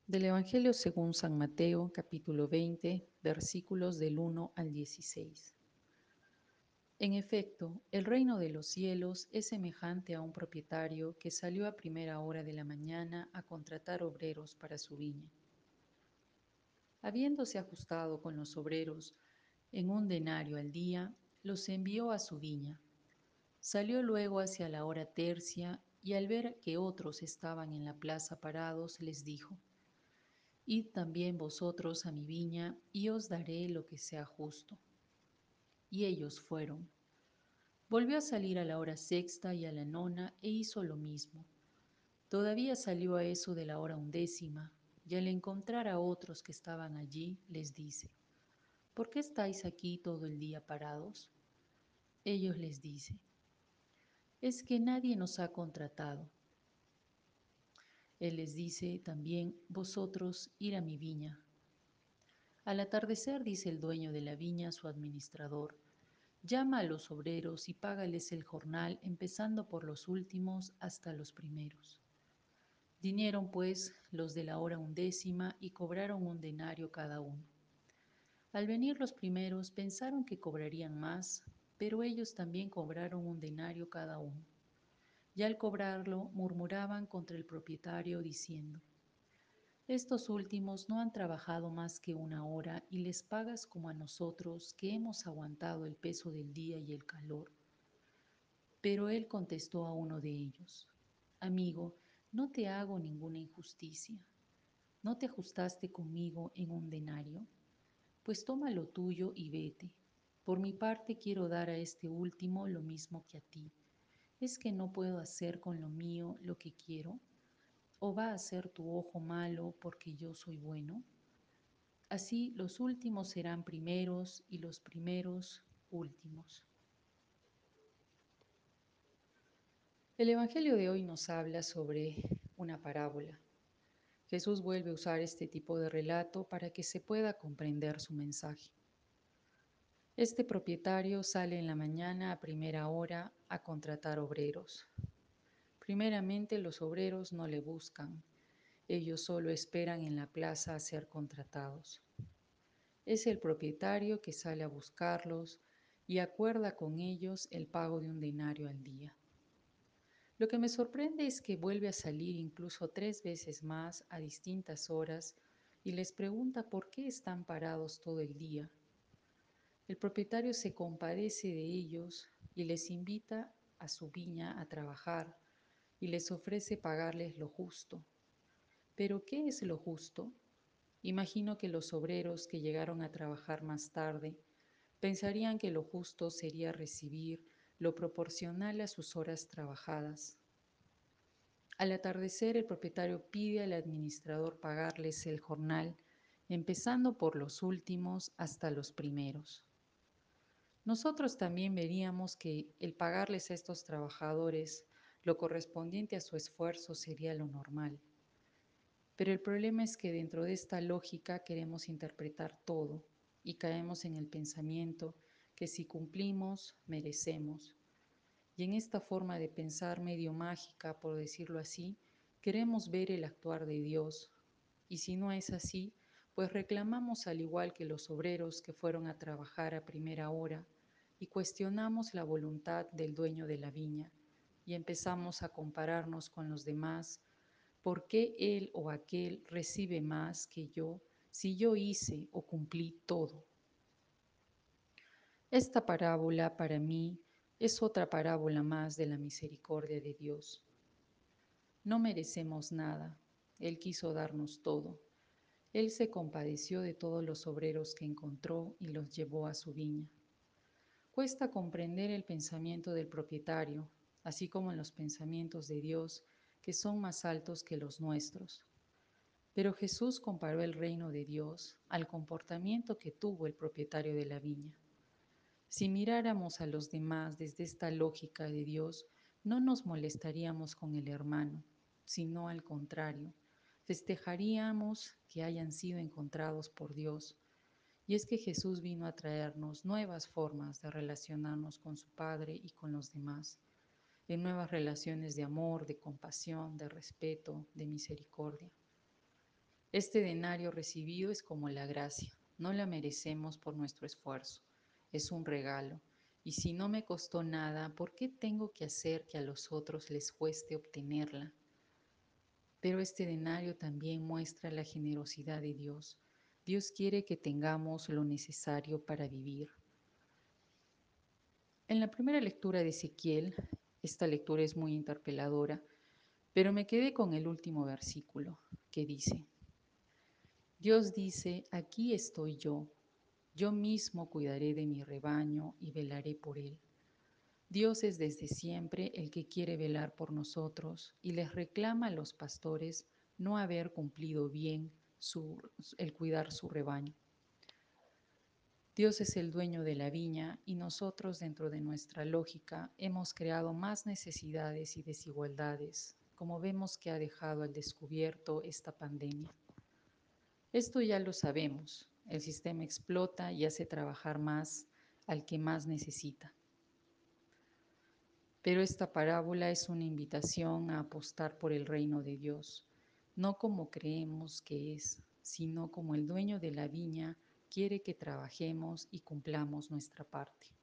Del Evangelio según San Mateo, capítulo 20, versículos del 1 al 16. En efecto, el reino de los cielos es semejante a un propietario que salió a primera hora de la mañana a contratar obreros para su viña. Habiéndose ajustado con los obreros en un denario al día, los envió a su viña. Salió luego hacia la hora tercia y al ver que otros estaban en la plaza parados, les dijo: Id también vosotros a mi viña, y os daré lo que sea justo. Y ellos fueron. Volvió a salir a la hora sexta y a la nona, e hizo lo mismo. Todavía salió a eso de la hora undécima, y al encontrar a otros que estaban allí, les dice: ¿Por qué estáis aquí todo el día parados? Ellos les dicen: Es que nadie nos ha contratado. Él les dice también: Vosotros ir a mi viña. Al atardecer, dice el dueño de la viña a su administrador: Llama a los obreros y págales el jornal, empezando por los últimos hasta los primeros. Vinieron pues los de la hora undécima y cobraron un denario cada uno. Al venir los primeros pensaron que cobrarían más, pero ellos también cobraron un denario cada uno. Y al cobrarlo murmuraban contra el propietario diciendo: Estos últimos no han trabajado más que una hora y les pagas como a nosotros, que hemos aguantado el peso del día y el calor. Pero él contestó a uno de ellos: Amigo, no te hago ninguna injusticia. ¿No te ajustaste conmigo en un denario? Pues toma lo tuyo y vete. Por mi parte quiero dar a este último lo mismo que a ti. ¿Es que no puedo hacer con lo mío lo que quiero? ¿O va a ser tu ojo malo porque yo soy bueno? Así los últimos serán primeros y los primeros últimos. El Evangelio de hoy nos habla sobre una parábola. Jesús vuelve a usar este tipo de relato para que se pueda comprender su mensaje. Este propietario sale en la mañana a primera hora a contratar obreros. Primeramente, los obreros no le buscan, ellos solo esperan en la plaza a ser contratados. Es el propietario que sale a buscarlos y acuerda con ellos el pago de un denario al día. Lo que me sorprende es que vuelve a salir incluso 3 veces más a distintas horas y les pregunta por qué están parados todo el día. El propietario se compadece de ellos y les invita a su viña a trabajar y les ofrece pagarles lo justo. ¿Pero qué es lo justo? Imagino que los obreros que llegaron a trabajar más tarde pensarían que lo justo sería recibir lo proporcional a sus horas trabajadas. Al atardecer, el propietario pide al administrador pagarles el jornal, empezando por los últimos hasta los primeros. Nosotros también veríamos que el pagarles a estos trabajadores lo correspondiente a su esfuerzo sería lo normal. Pero el problema es que dentro de esta lógica queremos interpretar todo y caemos en el pensamiento que si cumplimos, merecemos. Y en esta forma de pensar medio mágica, por decirlo así, queremos ver el actuar de Dios. Y si no es así, pues reclamamos al igual que los obreros que fueron a trabajar a primera hora y cuestionamos la voluntad del dueño de la viña y empezamos a compararnos con los demás. ¿Por qué él o aquel recibe más que yo si yo hice o cumplí todo? Esta parábola para mí es otra parábola más de la misericordia de Dios. No merecemos nada, Él quiso darnos todo. Él se compadeció de todos los obreros que encontró y los llevó a su viña. Cuesta comprender el pensamiento del propietario, así como los pensamientos de Dios, que son más altos que los nuestros. Pero Jesús comparó el reino de Dios al comportamiento que tuvo el propietario de la viña. Si miráramos a los demás desde esta lógica de Dios, no nos molestaríamos con el hermano, sino al contrario, festejaríamos que hayan sido encontrados por Dios. Y es que Jesús vino a traernos nuevas formas de relacionarnos con su Padre y con los demás, en nuevas relaciones de amor, de compasión, de respeto, de misericordia. Este denario recibido es como la gracia, no la merecemos por nuestro esfuerzo, es un regalo. Y si no me costó nada, ¿por qué tengo que hacer que a los otros les cueste obtenerla? Pero este denario también muestra la generosidad de Dios. Dios quiere que tengamos lo necesario para vivir. En la primera lectura de Ezequiel, esta lectura es muy interpeladora, pero me quedé con el último versículo que dice, Dios dice, aquí estoy yo mismo cuidaré de mi rebaño y velaré por él. Dios es desde siempre el que quiere velar por nosotros y les reclama a los pastores no haber cumplido bien el cuidar su rebaño. Dios es el dueño de la viña y nosotros dentro de nuestra lógica hemos creado más necesidades y desigualdades, como vemos que ha dejado al descubierto esta pandemia. Esto ya lo sabemos, el sistema explota y hace trabajar más al que más necesita. Pero esta parábola es una invitación a apostar por el reino de Dios, no como creemos que es, sino como el dueño de la viña quiere que trabajemos y cumplamos nuestra parte.